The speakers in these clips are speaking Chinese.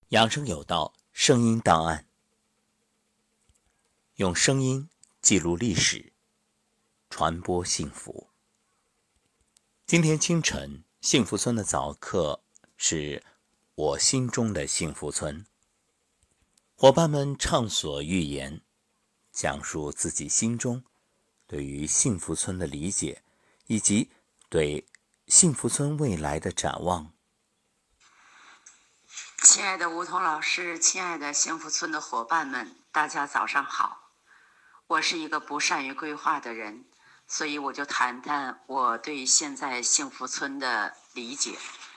养生有道，声音档案，用声音记录历史，传播幸福。今天清晨，幸福村的早课是我心中的幸福村。伙伴们畅所欲言，讲述自己心中对于幸福村的理解，以及对幸福村未来的展望。 亲爱的吴桐老师，亲爱的幸福村的伙伴们，大家早上好。我是一个不善于规划的人，所以我就谈谈我对现在幸福村的理解。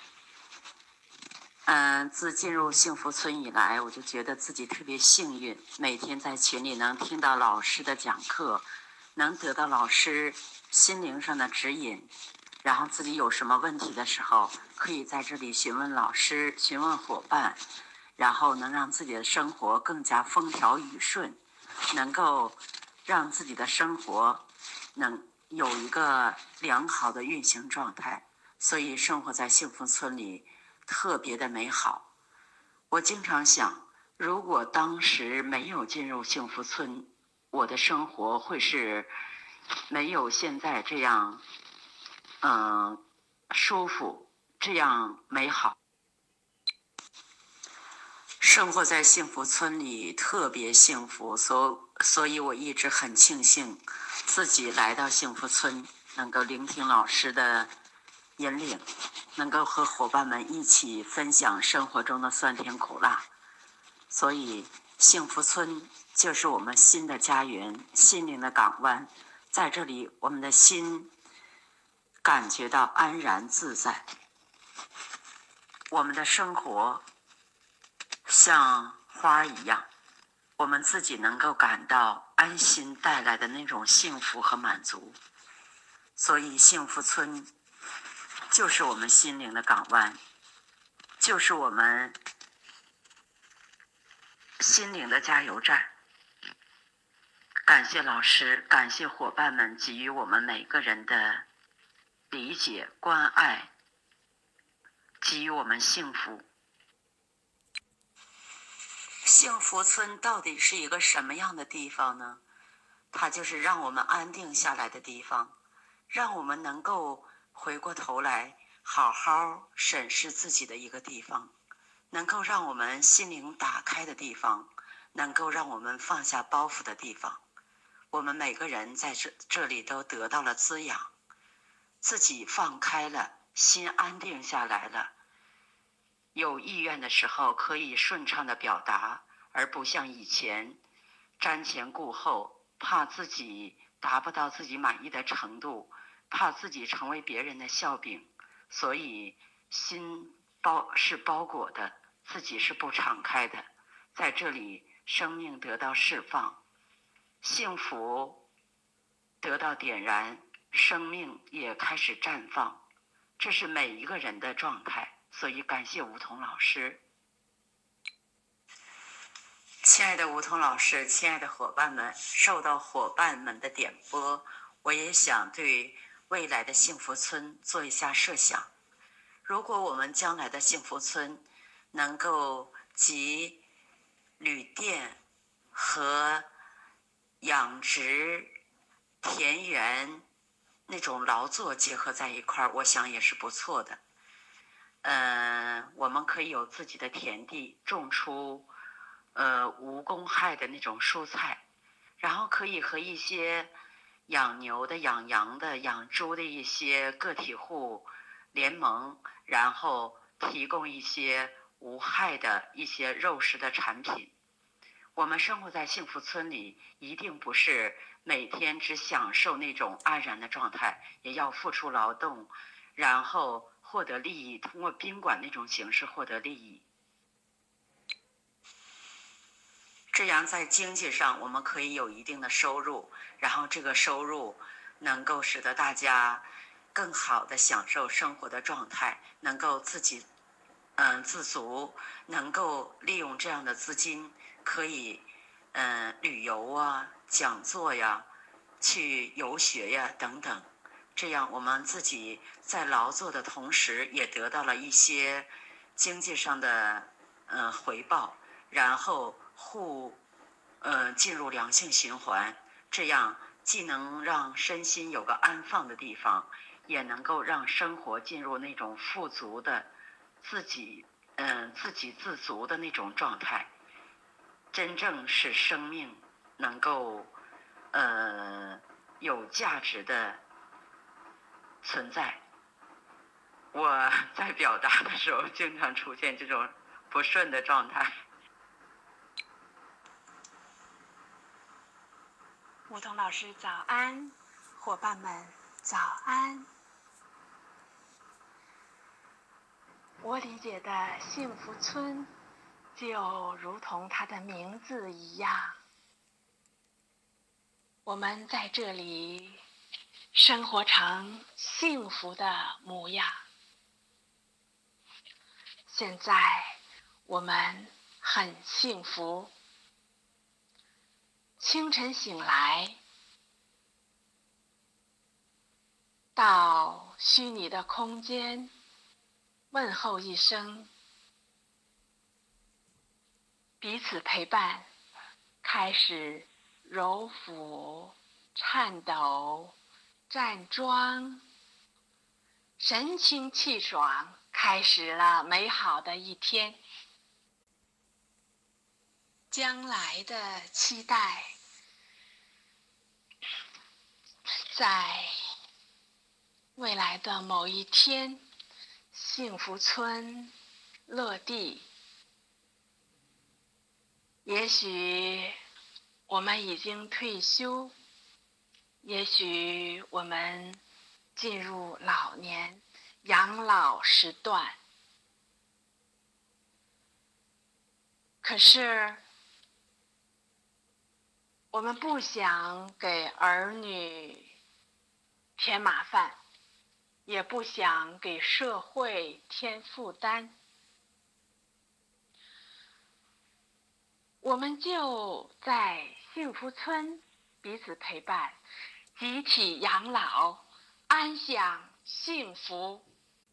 自进入幸福村以来，我就觉得自己特别幸运，每天在群里能听到老师的讲课，能得到老师心灵上的指引，然后自己有什么问题的时候，可以在这里询问老师，询问伙伴，然后能让自己的生活更加风调雨顺，能够让自己的生活能有一个良好的运行状态。所以生活在幸福村里特别的美好。我经常想，如果当时没有进入幸福村，我的生活会是没有现在这样舒服，这样美好。生活在幸福村里特别幸福，所以我一直很庆幸自己来到幸福村，能够聆听老师的引领，能够和伙伴们一起分享生活中的酸甜苦辣。所以幸福村就是我们新的家园，心灵的港湾。在这里，我们的心感觉到安然自在，我们的生活像花一样，我们自己能够感到安心带来的那种幸福和满足。所以幸福村就是我们心灵的港湾，就是我们心灵的加油站。感谢老师，感谢伙伴们给予我们每个人的理解、关爱，给予我们幸福。幸福村到底是一个什么样的地方呢？它就是让我们安定下来的地方，让我们能够回过头来好好审视自己的一个地方，能够让我们心灵打开的地方，能够让我们放下包袱的地方。我们每个人在这里都得到了滋养，自己放开了，心安定下来了，有意愿的时候可以顺畅的表达，而不像以前瞻前顾后，怕自己达不到自己满意的程度，怕自己成为别人的笑柄，所以心是包裹的，自己是不敞开的。在这里，生命得到释放，幸福得到点燃，生命也开始绽放，这是每一个人的状态。所以感谢吴桐老师。亲爱的吴桐老师，亲爱的伙伴们，受到伙伴们的点拨，我也想对未来的幸福村做一下设想。如果我们将来的幸福村能够集旅店和养殖、田园那种劳作结合在一块儿，我想也是不错的。我们可以有自己的田地，种出无公害的那种蔬菜，然后可以和一些养牛的、养羊的、养猪的一些个体户联盟，然后提供一些无害的一些肉食的产品。我们生活在幸福村里，一定不是每天只享受那种安然的状态，也要付出劳动，然后获得利益，通过宾馆那种形式获得利益。这样在经济上我们可以有一定的收入，然后这个收入能够使得大家更好的享受生活的状态，能够自给自足，能够利用这样的资金可以旅游啊、讲座呀、去游学呀等等。这样我们自己在劳作的同时也得到了一些经济上的回报，然后进入良性循环，这样既能让身心有个安放的地方，也能够让生活进入那种富足的自给自足的那种状态，真正使生命能够有价值的存在。我在表达的时候经常出现这种不顺的状态。 梧桐老师早安，伙伴们早安。我理解的幸福村就如同它的名字一样，我们在这里生活成幸福的模样。现在我们很幸福，清晨醒来，到虚拟的空间问候一声，彼此陪伴，开始揉腹、颤抖、站桩，神清气爽，开始了美好的一天。将来的期待，在未来的某一天，幸福村落地。也许我们已经退休，也许我们进入老年养老时段，可是我们不想给儿女添麻烦，也不想给社会添负担，我们就在幸福村彼此陪伴，集体养老，安享幸福。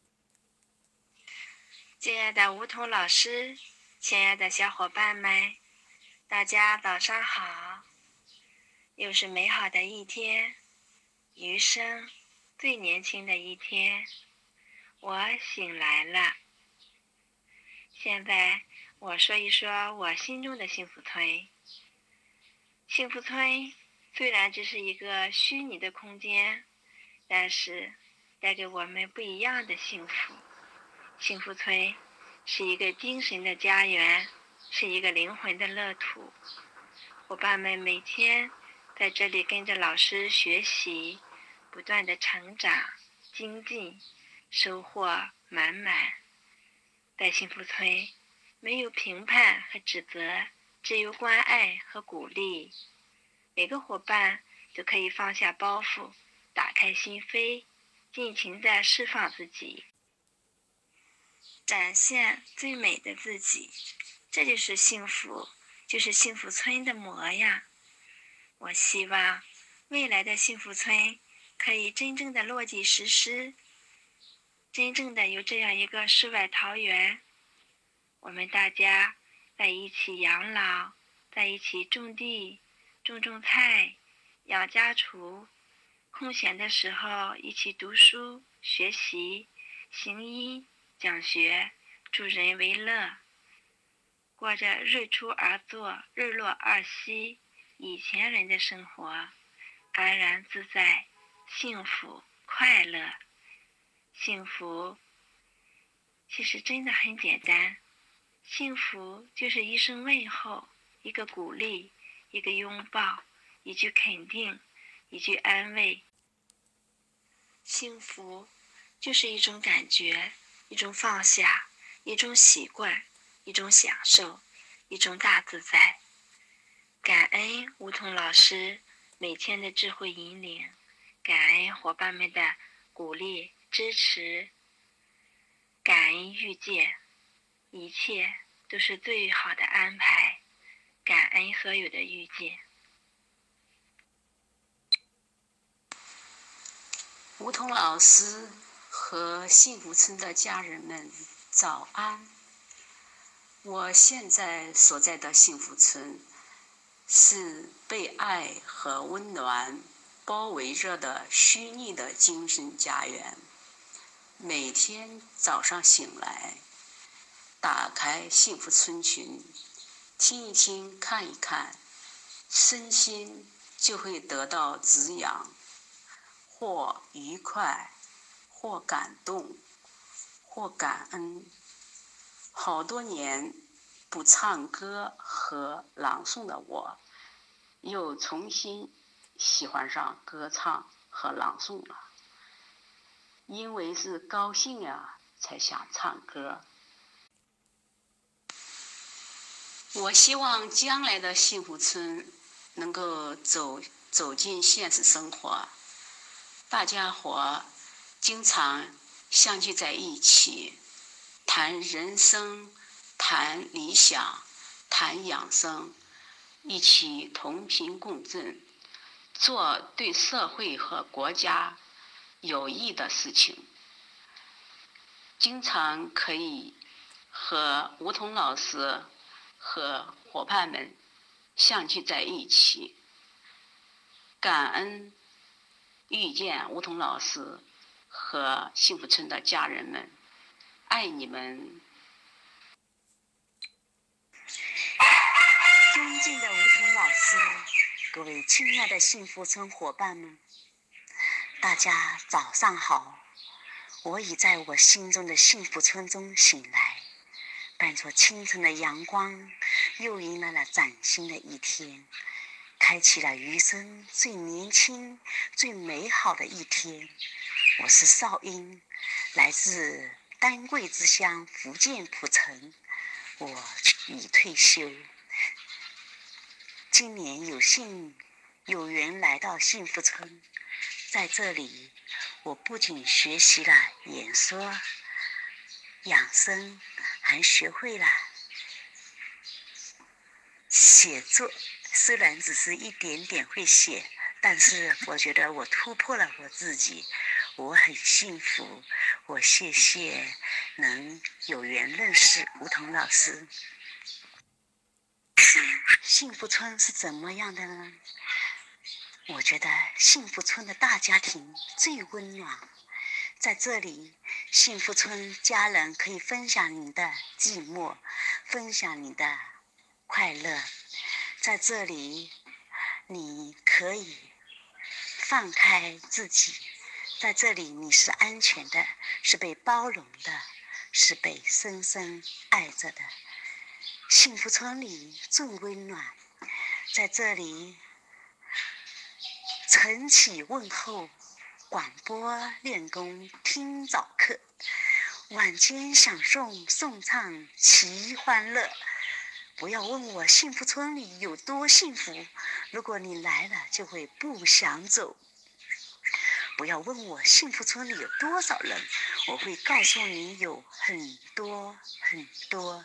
亲爱的梧桐老师，亲爱的小伙伴们，大家早上好！又是美好的一天，余生最年轻的一天，我醒来了。现在我说一说我心中的幸福村。幸福村虽然只是一个虚拟的空间，但是带给我们不一样的幸福。幸福村是一个精神的家园，是一个灵魂的乐土。伙伴们每天在这里跟着老师学习，不断的成长、精进，收获满满。在幸福村，没有评判和指责，只有关爱和鼓励。每个伙伴都可以放下包袱，打开心扉，尽情地释放自己，展现最美的自己。这就是幸福，就是幸福村的模样。我希望未来的幸福村可以真正的落地实施，真正的有这样一个世外桃源。我们大家在一起养老，在一起种地、种菜、养家畜，空闲的时候一起读书、学习、行医、讲学，助人为乐，过着日出而作、日落而息以前人的生活，安然自在，幸福快乐。幸福其实真的很简单，幸福就是一声问候，一个鼓励，一个拥抱，一句肯定，一句安慰。幸福就是一种感觉，一种放下，一种习惯，一种享受，一种大自在。感恩梧桐老师每天的智慧引领，感恩伙伴们的鼓励支持，感恩遇见，一切都是最好的安排，感恩所有的遇见。 梧桐老师和幸福村的家人们早安。 我现在所在的幸福村是被爱和温暖包围着的虚拟的精神家园。每天早上醒来，打开幸福村群，听一听，看一看，身心就会得到滋养，或愉快，或感动，或感恩。好多年不唱歌和朗诵的我，又重新喜欢上歌唱和朗诵了。因为是高兴呀，才想唱歌。我希望将来的幸福村能够走进现实生活，大家伙经常相聚在一起，谈人生，谈理想，谈养生，一起同频共振，做对社会和国家有益的事情。经常可以和吴桐老师和伙伴们相聚在一起，感恩遇见吴桐老师和幸福村的家人们，爱你们。 尊敬的吴桐老师，各位亲爱的幸福村伙伴们，大家早上好。我已在我心中的幸福村中醒来，伴着清晨的阳光，又迎来了崭新的一天，开启了余生最年轻最美好的一天。我是邵英，来自丹桂之乡福建浦城，我已退休。今年有幸有缘来到幸福村，在这里我不仅学习了演说、养生，还学会了写作。虽然只是一点点会写，但是我觉得我突破了我自己，我很幸福。我谢谢能有缘认识吴桐老师。幸福村是怎么样的呢？我觉得幸福村的大家庭最温暖，在这里幸福村家人可以分享你的寂寞，分享你的快乐。在这里你可以放开自己，在这里你是安全的，是被包容的，是被深深爱着的。幸福村里最温暖，在这里晨起问候，广播练功听早课，晚间享受颂唱齐欢乐。不要问我幸福村里有多幸福，如果你来了就会不想走。不要问我幸福村里有多少人，我会告诉你有很多很多。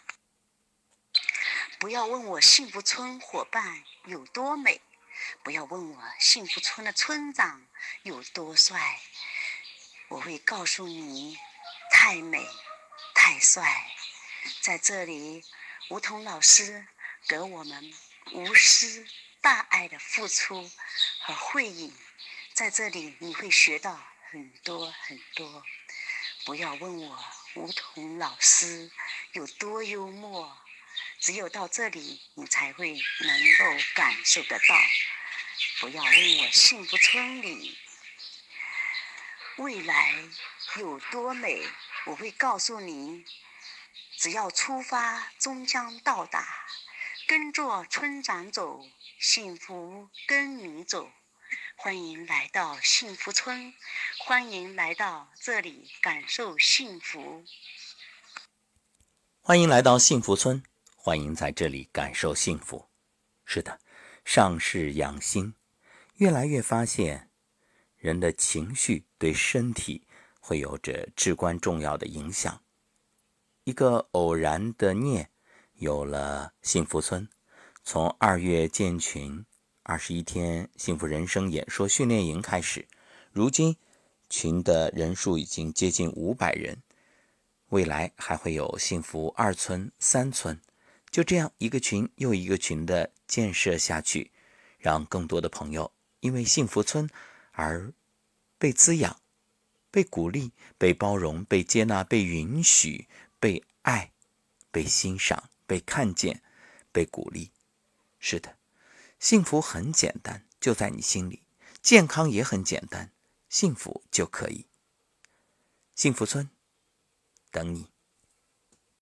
不要问我幸福村伙伴有多美，不要问我幸福村的村长有多帅，我会告诉你太美太帅。在这里吴桐老师给我们无私大爱的付出和回应，在这里你会学到很多很多。不要问我吴桐老师有多幽默，只有到这里你才会能够感受得到。不要问我幸福村里未来有多美，我会告诉你，只要出发终将到达，跟着村长走，幸福跟你走。欢迎来到幸福村，欢迎来到这里感受幸福。 欢迎来到幸福村，欢迎在这里感受幸福。是的，上世养心，越来越发现人的情绪对身体会有着至关重要的影响。一个偶然的念，有了幸福村。从2月建群21天幸福人生演说训练营开始，如今群的人数已经接近500人。 未来还会有幸福2村、3村，就这样一个群又一个群的建设下去，让更多的朋友因为幸福村而被滋养、被鼓励、被包容、被接纳、被允许、被爱、被欣赏、被看见、被鼓励。是的，幸福很简单，就在你心里；健康也很简单，幸福就可以。幸福村等你。